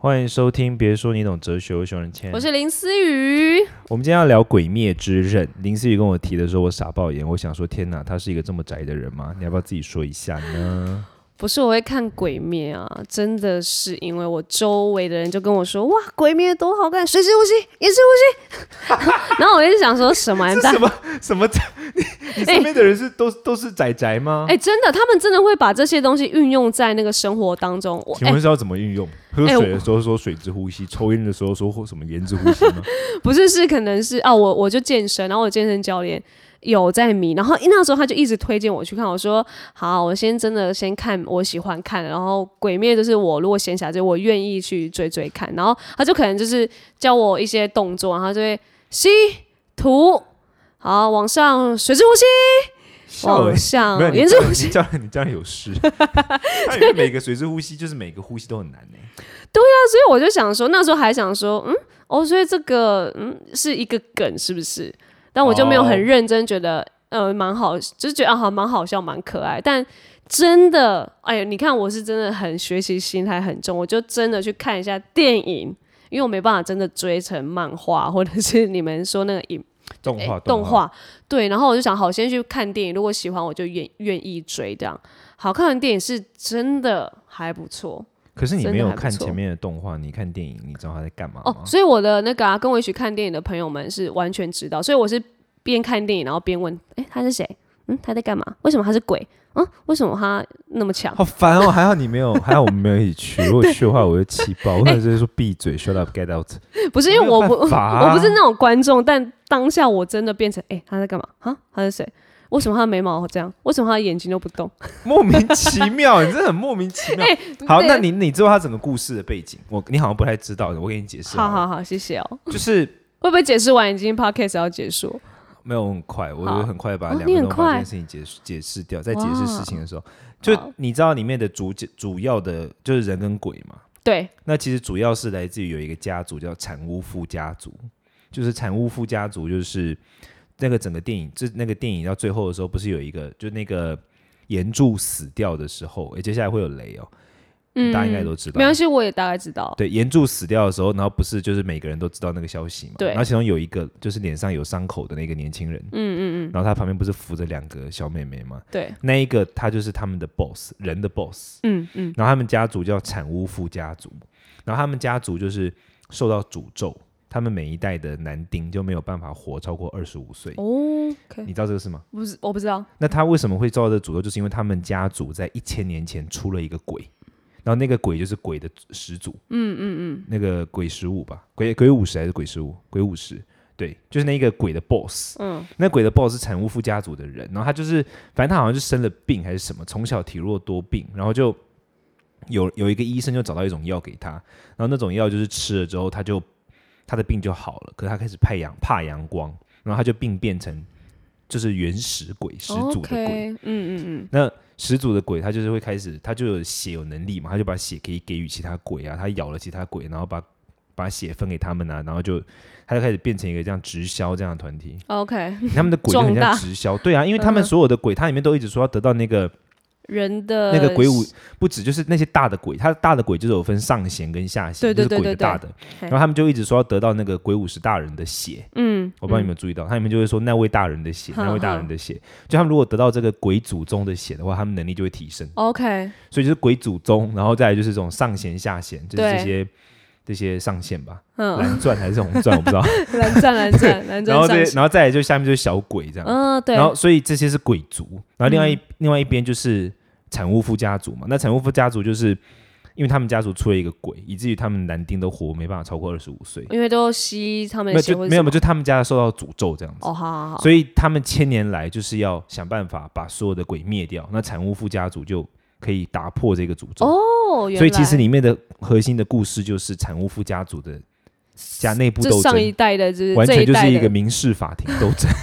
欢迎收听，别说你懂哲学，我是熊仁谦， 我是林思雨。 我们今天要聊《鬼灭之刃》。林思雨跟我提的时候，我傻爆眼，我想说，天哪，他是一个这么宅的人吗？你要不要自己说一下呢？ 不是我会看鬼灭啊，真的是因为我周围的人就跟我说，哇，鬼灭多好看，水之呼吸，岩之呼吸。然后我就想说什么？ 什么？你身边的人都是宅宅吗？ 真的，他们真的会把这些东西运用在那个生活当中。 请问是要怎么运用？喝水的时候说水之呼吸，抽烟的时候说什么岩之呼吸吗？ 不是，可能是我就健身，然后我健身教练有在迷，然后那时候他就一直推荐我去看，我说好，我先看我喜欢看的，然后鬼灭就是我如果闲暇就我愿意去追看，然后他就可能就是教我一些动作，然后就会吸吐，好往上水之呼吸，往上岩之呼吸， 你这样有事。他以为每个水之呼吸就是每个呼吸都很难呢。 对啊，所以我就想说，那时候还想说，所以这个是一个梗是不是？但我就没有很认真觉得，蛮好，就是觉得蛮好笑，蛮可爱。但真的，你看我是真的很学习心态很重，我就真的去看一下电影，因为我没办法真的追成漫画，或者是你们说那个动画。对，然后我就想，好，先去看电影，如果喜欢我就愿意追这样。好看的电影是真的还不错。 可是你没有看前面的动画，你看电影，你知道他在干嘛吗？ 所以我的那个跟我一起看电影的朋友们是完全知道，所以我是边看电影然后边问，他是谁？他在干嘛？为什么他是鬼？为什么他那么强？ 好烦哦！还好你没有，还好我们没有一起去。如果去的话，我就气爆，我可能直接说闭嘴 ，shut up，get out。 不是因为我不是那种观众，但当下我真的变成，他在干嘛？他是谁？为什么他的眉毛这样？为什么他的眼睛都不动？ 莫名其妙，你真的很莫名其妙。好，那你知道他整个故事的背景？你好像不太知道的，我给你解释。 好，谢谢哦。 就是会不会解释完已经 podcast 要结束？ 没有，很快，我就很快把2分钟把这件事情解释掉。在解释事情的时候，就你知道里面的主要的就是人跟鬼嘛？ 对。 那其实主要是来自于有一个家族叫产屋副家族，就是产屋副家族就是。那个整个电影，那个电影到最后的时候，不是有一个，就那个岩柱死掉的时候，接下来会有雷哦，大家应该都知道。 没关系，我也大概知道。 对，岩柱死掉的时候，然后不是就是每个人都知道那个消息嘛？ 对。 然后其中有一个就是脸上有伤口的那个年轻人，然后他旁边不是扶着2个小妹妹吗？ 对。 那一个他就是他们的 boss， 人的 boss。然后他们家族叫产屋副家族，然后他们家族就是受到诅咒。他们每一代的男丁就没有办法活超过25岁。 Okay. 你知道这个事吗？ 不是，我不知道。 那他为什么会遭到这个诅咒？就是因为他们家族在1000年前出了一个鬼，然后那个鬼就是鬼的始祖。那个鬼15吧，鬼50还是鬼15？鬼50。对，就是那个鬼的 boss。那鬼的 boss 是产屋副家族的人，然后他就是，反正他好像是生了病还是什么，从小体弱多病，然后就有一个医生就找到一种药给他，然后那种药就是吃了之后他的病就好了，可是他开始怕阳光，然后他就变成就是原始鬼始祖的鬼。那始祖的鬼他就是会开始，他就有血有能力嘛，他就把血可以给予其他鬼啊，他咬了其他鬼，然后把血分给他们啊，然后他就开始变成一个这样直销这样的团体。 OK， 他们的鬼就很像直销，对啊，因为他们所有的鬼，他里面都一直说要得到那个。 人的那个鬼舞不止就是那些大的鬼，他大的鬼就是有分上弦跟下弦，就是鬼的大的，然后他们就一直说要得到那个鬼武士大人的血。我不知道你有没有注意到，他里面就会说那位大人的血，那位大人的血，就他们如果得到这个鬼祖宗的血的话，他们能力就会提升。 OK， 所以就是鬼祖宗，然后再来就是这种上弦下弦，就是这些上线吧，蓝钻还是红钻我不知道， 蓝钻， 然后再来就下面就是小鬼这样， 对， 然后所以这些是鬼族，然后另外一边就是产屋副家族嘛，那产屋副家族就是因为他们家族出了一个鬼，以至于他们男丁都活没办法超过25岁， 因为都吸他们的血， 没有，就他们家受到诅咒这样子。 好， 所以他们1000年来就是要想办法把所有的鬼灭掉，那产屋副家族就可以打破这个诅咒。所以其实里面的核心的故事就是产屋副家族的家内部斗争， 上一代的就是完全就是一个民事法庭斗争。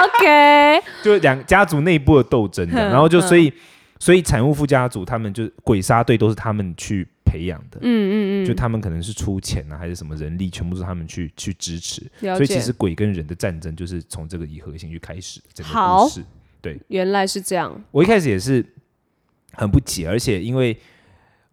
OK， 就家族内部的斗争，然后就所以产屋副家族他们就鬼杀队都是他们去培养的，就他们可能是出钱啊，还是什么人力，全部都是他们去支持。所以其实鬼跟人的战争就是从这个以核心去开始整个故事。对， 原来是这样。 我一开始也是很不解，而且因为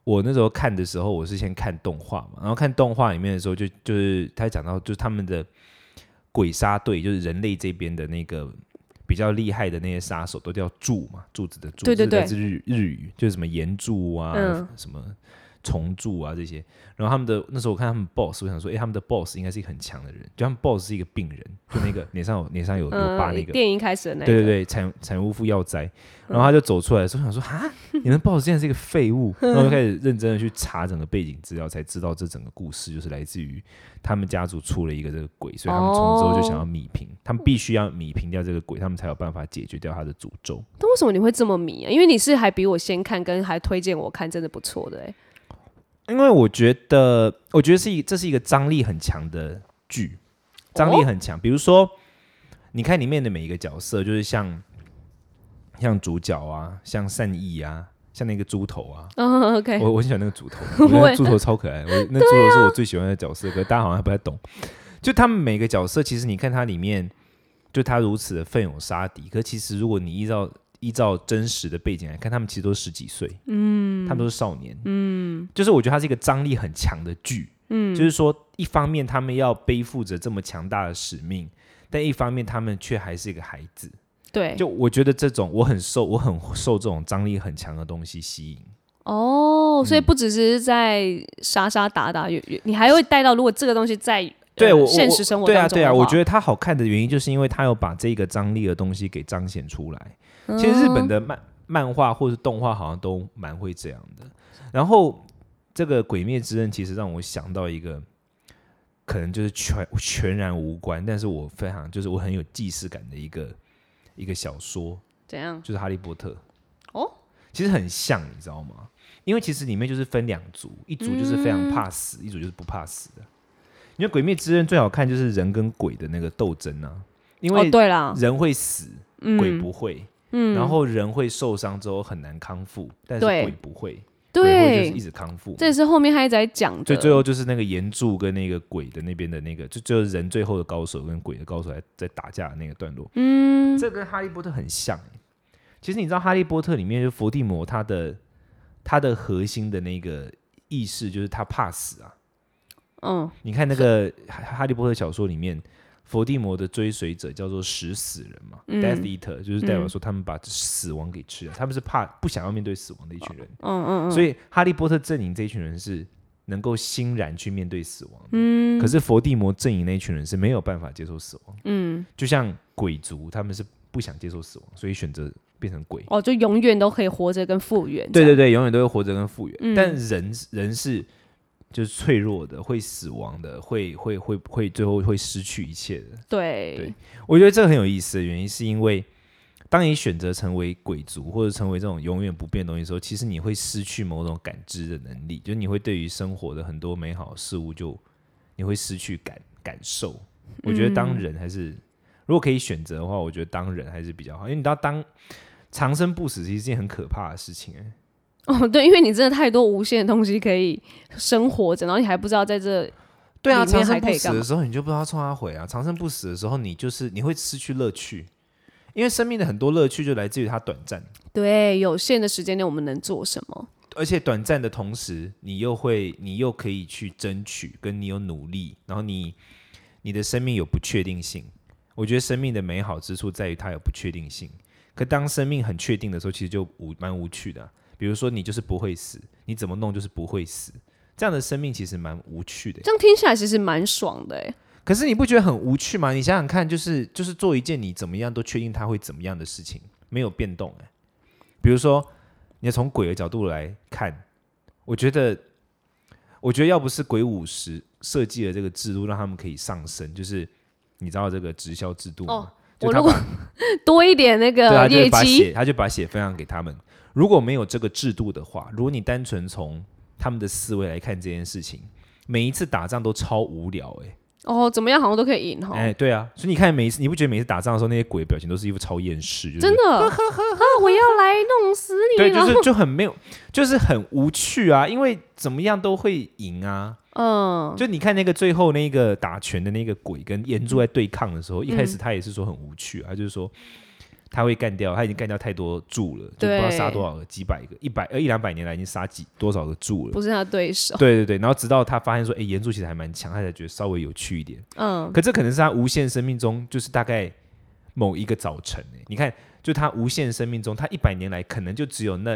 我那时候看的时候，我是先看动画嘛，然后看动画里面的时候就是他讲到就是他们的鬼杀队，就是人类这边的那个比较厉害的那些杀手都叫柱嘛，柱子的柱， 对对对， 来自日语，就是什么岩柱啊，什么虫柱啊这些。然后他们的那时候我看他们 boss， 我想说，他们的 boss 应该是一个很强的人，就他们 boss 是一个病人，就那个脸上有疤那个， 电影开始的那个， 对对对，产屋副药斋。然后他就走出来的时候，想说哈，你们 boss 竟然是一个废物，然后就开始认真的去查整个背景资料，才知道这整个故事就是来自于他们家族出了一个这个鬼，所以他们从之后就想要弭平，他们必须要弭平掉这个鬼，他们才有办法解决掉他的诅咒。 但为什么你会这么迷啊？因为你是还比我先看，跟还推荐我看，真的不错的因为我觉得这是一个张力很强的剧，张力很强。比如说，你看里面的每一个角色，就是像主角啊，像善意啊，像那个猪头啊。 OK， 我很喜欢那个猪头，我觉得猪头超可爱。那猪头是我最喜欢的角色，可是大家好像还不太懂。就他们每个角色，其实你看他里面，就他如此的奋勇杀敌，可是其实如果你依照真实的背景来看，他们其实都是10几岁，他们都是少年，就是我觉得它是一个张力很强的剧，就是说一方面他们要背负着这么强大的使命，但一方面他们却还是一个孩子， 对， 就我觉得这种我很受这种张力很强的东西吸引。 所以不只是在杀杀打打，你还会带到如果这个东西在现实生活当中的话， 对啊，我觉得它好看的原因就是因为它有把这个张力的东西给彰显出来。其实日本的漫画或是动画好像都蛮会这样的。然后这个《鬼灭之刃》其实让我想到一个可能就是全然无关，但是我非常就是我很有既视感的一个小说， 怎样？ 就是《哈利波特》其实很像，你知道吗？因为其实里面就是分2组，一组就是非常怕死，一组就是不怕死的。因为《鬼灭之刃》最好看就是人跟鬼的那个斗争啊，因为人会死，鬼不会。然后人会受伤之后很难康复，但是鬼不会，鬼会就是一直康复。 这也是后面他一直在讲的。 所以最后就是那个岩柱跟那个鬼的那边的那个，就是人最后的高手跟鬼的高手在打架的那个段落。这跟哈利波特很像。其实你知道哈利波特里面就伏地魔他的核心的那个意识就是他怕死啊。你看那个哈利波特小说里面。伏地魔的追随者叫做食死人嘛，Death Eater， 就是代表说他们把死亡给吃了，他们是不想要面对死亡的一群人。所以哈利波特阵营这一群人是能够欣然去面对死亡的。可是伏地魔阵营那一群人是没有办法接受死亡。就像鬼族，他们是不想接受死亡，所以选择变成鬼。 就永远都可以活着跟复原。 对对对，永远都会活着跟复原。但人是。就是脆弱的，会死亡的，会最后会失去一切的。对，我觉得这个很有意思的原因，是因为当你选择成为鬼族或者成为这种永远不变的东西的时候，其实你会失去某种感知的能力，就是你会对于生活的很多美好的事物，你会失去感受。我觉得当人还是，如果可以选择的话，我觉得当人还是比较好，因为你知道，当长生不死其实是一件很可怕的事情。 对，因为你真的太多无限的东西可以生活着，然后你还不知道在这对啊，长生不死的时候你就不知道冲他回啊。长生不死的时候，你会失去乐趣，因为生命的很多乐趣就来自于它短暂。 对，有限的时间内我们能做什么？ 而且短暂的同时，你又可以去争取，跟你有努力，然后你的生命有不确定性。我觉得生命的美好之处在于它有不确定性。可当生命很确定的时候，其实就蛮无趣的。比如说你就是不会死，你怎么弄就是不会死，这样的生命其实蛮无趣的。 这样听起来其实蛮爽的。 可是你不觉得很无趣吗？你想想看，就是做一件你怎么样都确定它会怎么样的事情，没有变动。比如说你从鬼的角度来看，我觉得要不是鬼武士设计了这个制度让他们可以上升，就是你知道这个直销制度吗？ 我如果多一点那个业绩， 他就把血分享给他们。如果没有这个制度的话，如果你单纯从他们的思维来看这件事情，每一次打仗都超无聊。 怎么样好像都可以赢。 对啊，所以你看你不觉得每次打仗的时候那些鬼表情都是一副超厌世，就是、 真的我要来弄死你。 对，就很没有，就是很无趣啊，因为怎么样都会赢啊。就你看那个最后那个打拳的那个鬼跟岩柱在对抗的时候，一开始他也是说很无趣啊，就是说他会干掉，他已经干掉太多柱了，就不知道杀多少个，几百个，100-200年来已经杀多少个柱了， 不是他对手。 对对对，然后直到他发现说，岩柱其实还蛮强，他才觉得稍微有趣一点。可这可能是他无限生命中，就是大概某一个早晨，你看，就他无限生命中，他100年来可能就只有那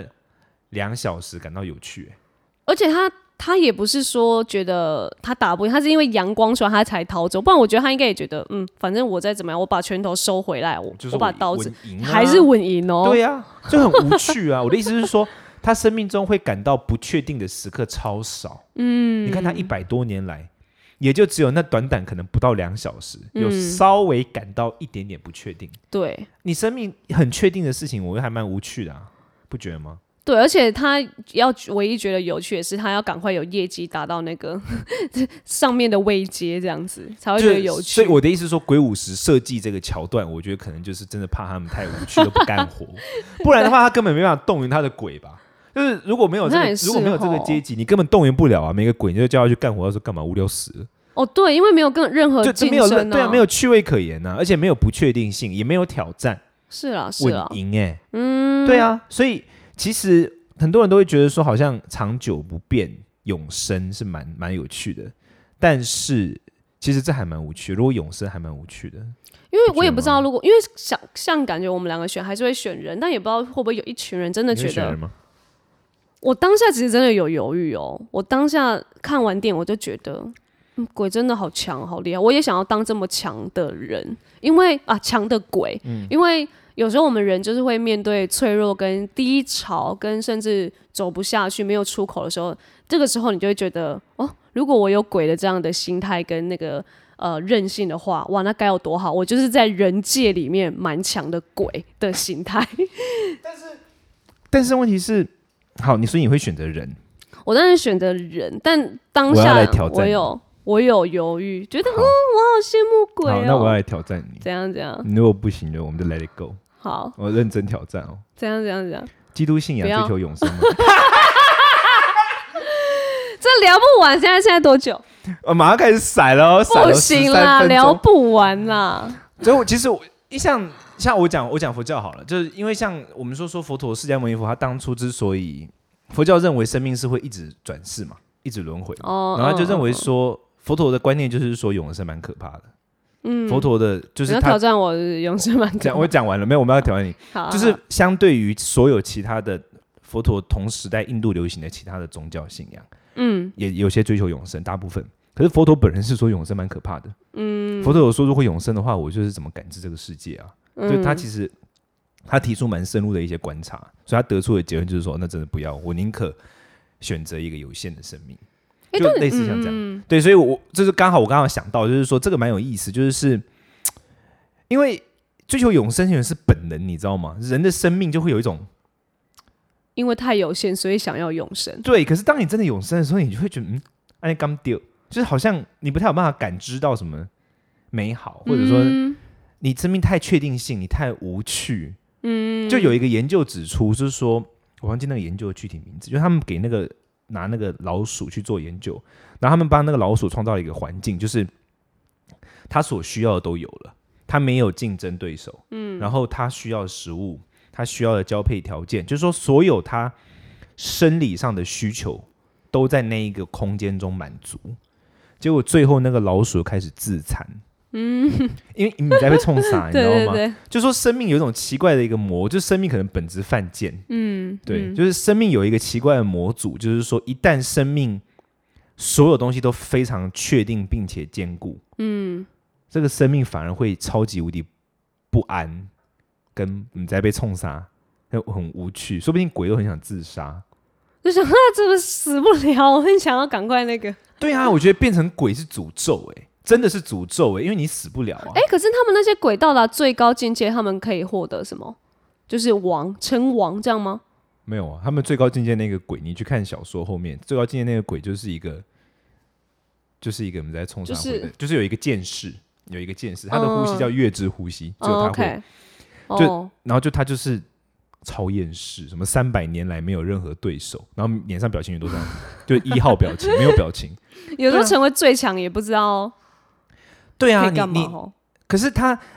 2小时感到有趣。 而且他也不是说觉得他打不赢，他是因为阳光出来他才逃走，不然我觉得他应该也觉得，反正我再怎么样，我把拳头收回来，我把刀子还是稳赢哦。 对啊，就很无趣啊。我的意思是说，他生命中会感到不确定的时刻超少。你看他100多年来，也就只有那短可能不到2小时，有稍微感到一点点不确定。 对， 你生命很确定的事情，我觉得还蛮无趣的啊，不觉得吗？ 对，而且他唯一觉得有趣的是，他要赶快有业绩达到那个上面的位阶，这样子才会觉得有趣。 所以我的意思是说，鬼武士设计这个桥段，我觉得可能就是真的怕他们太无趣都不干活，不然的话他根本没办法动员他的鬼吧。就是如果没有这个阶级，你根本动员不了啊！每个鬼你就叫他去干活，他说干嘛无聊死了。 哦，对，因为没有任何竞争对啊，没有趣味可言啊，而且没有不确定性，也没有挑战。 是啊， 稳赢对啊，所以其实很多人都会觉得说，好像长久不变、永生是蛮有趣的，但是其实这还蛮无趣的。如果永生还蛮无趣的， 因为我也不知道，如果因为像感觉我们2个选还是会选人，但也不知道会不会有一群人真的觉得。 你会选人吗？ 我当下其实真的有犹豫哦。我当下看完电影，我就觉得，鬼真的好强，好厉害。我也想要当这么强的人，因为强的鬼，因为有时候我们人就是会面对脆弱、跟低潮、跟甚至走不下去、没有出口的时候，这个时候你就会觉得，如果我有鬼的这样的心态跟那个韧性的话，哇，那该有多好！我就是在人界里面蛮强的鬼的心态。 但是问题是，好，所以你会选择人？我当然选择人，但当下我有犹豫，觉得我好羡慕鬼哦。 好，那我要来挑战你。 怎样？ 你如果不行的，我们就 let it go。 好， 我认真挑战哦。 怎样？ 基督信仰追求永生吗？ 这聊不完，现在多久？ 我马上开始甩了， 不行啦，聊不完啦。 所以其实像我讲佛教好了，就是因为像我们说佛陀释迦牟尼佛，他当初之所以佛教认为生命是会一直转世嘛，一直轮回，然后他就认为说佛陀的观念就是说永生蛮可怕的。佛陀的就是他要挑战我永生蛮可怕。 我讲完了没有？我们要挑战你，就是相对于所有其他的佛陀同时代印度流行的其他的宗教信仰，也有些追求永生，大部分。可是佛陀本人是说永生蛮可怕的。佛陀有说如果永生的话，我就是怎么感知这个世界啊？就他其实他提出蛮深入的一些观察，所以他得出的结论就是说，那真的不要，我宁可选择一个有限的生命。就类似像这样，对，所以我就是刚好想到，就是说这个蛮有意思，就是因为追求永生是本能，你知道吗？人的生命就会有一种， 因为太有限，所以想要永生。 对，可是当你真的永生的时候，你就会觉得，哎，刚丢，就是好像你不太有办法感知到什么美好，或者说你生命太确定性，你太无趣。就有一个研究指出，就是说我忘记那个研究的具体名字，就是他们给拿那个老鼠去做研究，然后他们帮那个老鼠创造了一个环境，就是它所需要的都有了，它没有竞争对手，然后它需要的食物，它需要的交配条件，就是说所有它生理上的需求都在那一个空间中满足。结果最后那个老鼠开始自残，因为你在被冲傻，你知道吗？对，就说生命有一种奇怪的一个魔，就是生命可能本质犯贱，对，就是生命有一个奇怪的模组，就是说一旦生命所有东西都非常确定并且坚固，这个生命反而会超级无敌不安，跟你在被冲杀，很无趣，说不定鬼都很想自杀， 就想怎么死不了，我很想要赶快那个。 对啊，我觉得变成鬼是诅咒真的是诅咒因为你死不了啊。 可是他们那些鬼到达最高境界，他们可以获得什么？就是称王这样吗？ 没有啊，他们最高境界那个鬼，你去看小说后面，最高境界那个鬼就是一个我们在冲上回的，就是有一个剑士，他的呼吸叫月之呼吸，只有他会，然后他就是超厌世，什么300年来没有任何对手，然后脸上表情也都这样，就是1号表情，没有表情。有时候成为最强也不知道。 对啊， 你可是他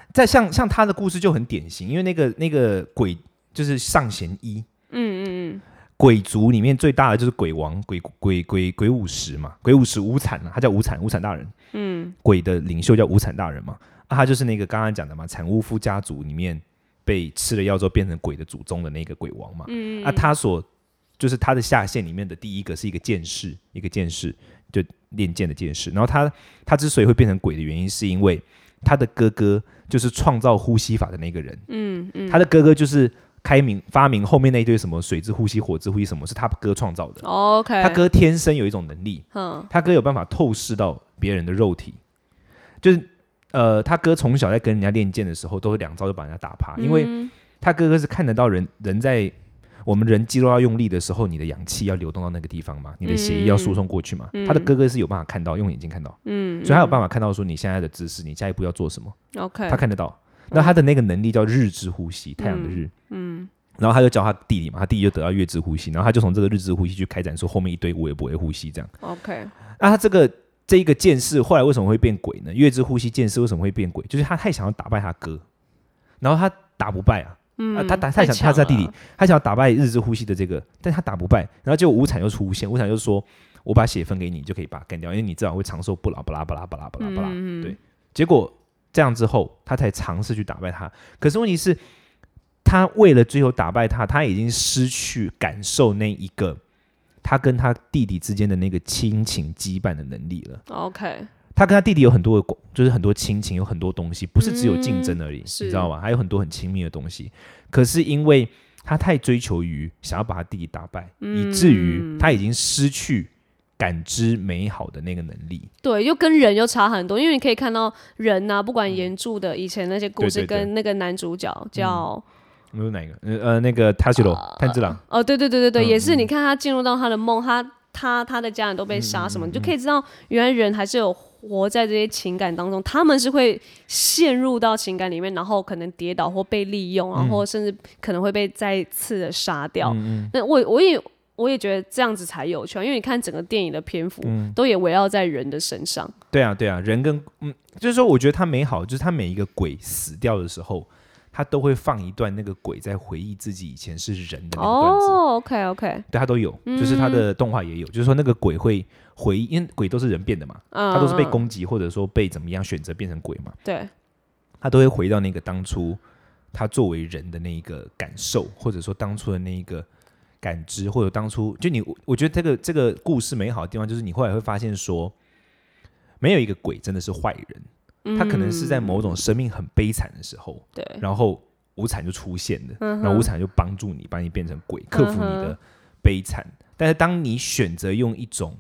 像他的故事就很典型，因为那个鬼就是上弦一，鬼族里面最大的就是鬼王鬼武石嘛，鬼武石无惨啊，他叫无惨大人，鬼的领袖叫无惨大人嘛，他就是那个刚刚讲的嘛，产屋夫家族里面被吃了药之后变成鬼的祖宗的那个鬼王嘛，就是他的下线里面的第一个是一个剑士，就练剑的剑士，然后他之所以会变成鬼的原因，是因为他的哥哥就是创造呼吸法的那个人，他的哥哥就是发明后面那一堆什么水之呼吸、火之呼吸什么，是他哥创造的。 OK， 他哥天生有一种能力，他哥有办法透视到别人的肉体，就是他哥从小在跟人家练剑的时候，都是2招就把人家打趴，因为他哥哥是看得到人在我们人肌肉要用力的时候，你的氧气要流动到那个地方嘛，你的血液要输送过去嘛，他的哥哥是有办法看到，用眼睛看到，所以他有办法看到说你现在的姿势，你下一步要做什么，他看得到。那他的那个能力叫日之呼吸，太阳的日，然后他就教他弟弟嘛，他弟弟就得到月之呼吸，然后他就从这个日之呼吸去开展出后面一堆无为不为呼吸这样。 OK， 那他这一个剑士后来为什么会变鬼呢？月之呼吸剑士为什么会变鬼？就是他太想要打败他哥，然后他打不败啊。他是他弟弟，他想要打败日之呼吸的这个，但他打不败，然后结果无惨又出现，无惨就说：“我把血分给你，就可以把它干掉，因为你至少会长寿不老，巴拉巴拉巴拉巴拉巴拉。”对，结果这样之后，他才尝试去打败他。可是问题是，他为了最后打败他，他已经失去感受那一个他跟他弟弟之间的那个亲情羁绊的能力了。 OK。 他跟他弟弟有很多就是很多亲情，有很多东西，不是只有竞争而已，你知道吗？还有很多很亲密的东西。可是因为他太追求于想要把他弟弟打败，以至于他已经失去感知美好的那个能力。 对，就跟人又差很多，因为你可以看到人啊，不管原著的以前那些故事，跟那个男主角叫。 有哪一个？那个塔西罗炭治郎。 对，也是。你看他进入到他的梦，他的家人都被杀什么，你就可以知道，原来人还是有活在这些情感当中，他们是会陷入到情感里面，然后可能跌倒或被利用，然后甚至可能会被再次的杀掉。那我也觉得这样子才有趣，因为你看整个电影的篇幅都也围绕在人的身上。 对啊，人跟就是说，我觉得他美好，就是他每一个鬼死掉的时候，他都会放一段那个鬼在回忆自己以前是人的那个段子。 OK， 对，他都有，就是他的动画也有，就是说那个鬼会回忆，因为鬼都是人变的嘛，他都是被攻击或者说被怎么样选择变成鬼嘛， 对， 他都会回到那个当初他作为人的那一个感受，或者说当初的那一个感知，或者当初就我觉得这个故事美好的地方，就是你后来会发现说，没有一个鬼真的是坏人，他可能是在某种生命很悲惨的时候，对，然后无惨就出现了，然后无惨就帮助你，把你变成鬼，克服你的悲惨。但是当你选择用一种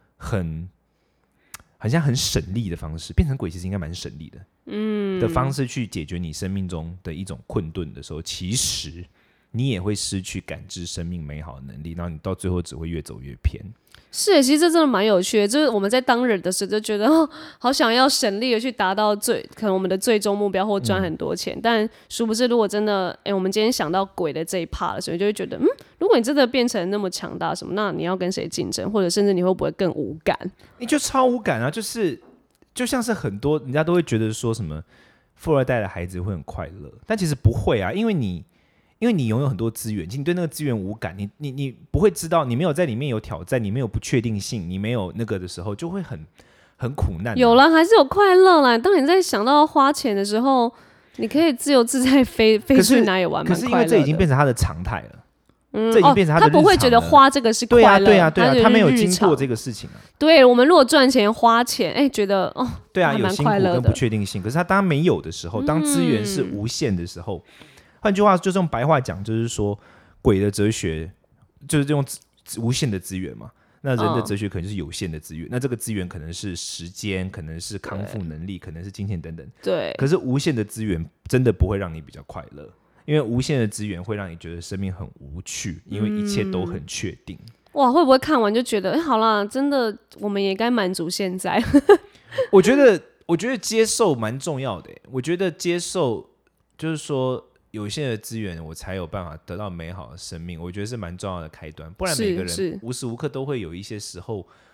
好像很省力的方式变成鬼，其实应该蛮省力的，的方式去解决你生命中的一种困顿的时候，其实你也会失去感知生命美好的能力，然后你到最后只会越走越偏。 是，其实这真的蛮有趣的，就是我们在当人的时候就觉得好想要省力的去达到可能我们的最终目标或赚很多钱，但殊不知如果真的我们今天想到鬼的这一 part 的时候，就会觉得如果你真的变成那么强大什么，那你要跟谁竞争，或者甚至你会不会更无感？ 你就超无感啊，就像是很多人家都会觉得说什么富二代的孩子会很快乐，但其实不会啊，因为你拥有很多资源，你对那个资源无感，你不会知道，你没有在里面有挑战，你没有不确定性，你没有那个的时候，就会很苦难。 有啦，还是有快乐啦。当你在想到花钱的时候，你可以自由自在飞去哪里玩， 可是因为这已经变成他的常态了，这已经变成他的日常了。 他不会觉得花这个是快乐， 对啊，他没有经过这个事情啊。 对，我们如果赚钱花钱，觉得对啊，有辛苦跟不确定性。可是他当没有的时候，当资源是无限的时候。换句话，就是用白话讲，就是说，鬼的哲学就是用无限的资源嘛。那人的哲学可能就是有限的资源，那这个资源可能是时间，可能是康复能力，可能是金钱等等。 对。 可是无限的资源真的不会让你比较快乐，因为无限的资源会让你觉得生命很无趣，因为一切都很确定。 哇，会不会看完就觉得，好啦，真的，我们也该满足现在。 我觉得接受蛮重要的。我觉得接受就是说。有限的资源，我才有办法得到美好的生命。我觉得是蛮重要的开端，不然每个人无时无刻都会有一些时候，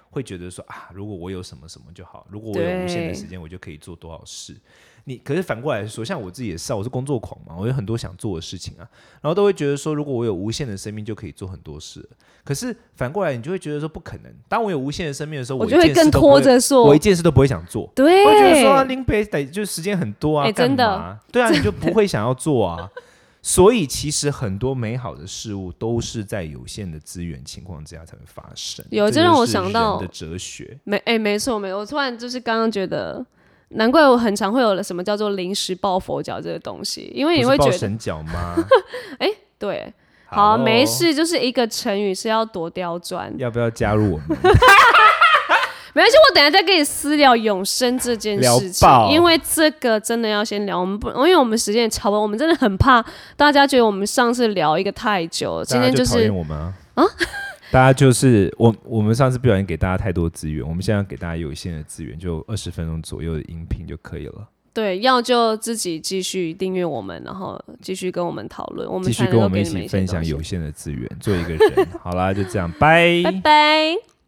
会觉得说啊，如果我有什么什么就好，如果我有无限的时间，我就可以做多少事。可是反过来说，像我自己也是我是工作狂嘛，我有很多想做的事情啊，然后都会觉得说，如果我有无限的生命，就可以做很多事了。可是反过来，你就会觉得说不可能。当我有无限的生命的时候， 我就会更拖着做， 我一件事都不会想做。 对， 我会觉得说林北就时间很多啊， 真的， 对啊，你就不会想要做啊。所以其实很多美好的事物都是在有限的资源情况之下才会发生。 这让我想到人的哲学。 没错。我突然就是刚刚觉得。难怪我很常会有什么叫做临时抱佛脚这个东西，因为你会觉得抱神脚吗？ 对，好，没事，就是一个成语是要多刁钻。 要不要加入我们？ 没关系，我等一下再跟你私聊永生这件事情，因为这个真的要先聊。因为我们时间也超过，我们真的很怕大家觉得我们上次聊一个太久，今天就是讨厌我们啊。大家就是我们上次不小心给大家太多资源，我们现在要给大家有限的资源，就20分钟左右的音频就可以了。 对，要就自己继续订阅我们，然后继续跟我们讨论，我们继续跟我们一起分享有限的资源，做一个人。好啦，就这样，拜拜。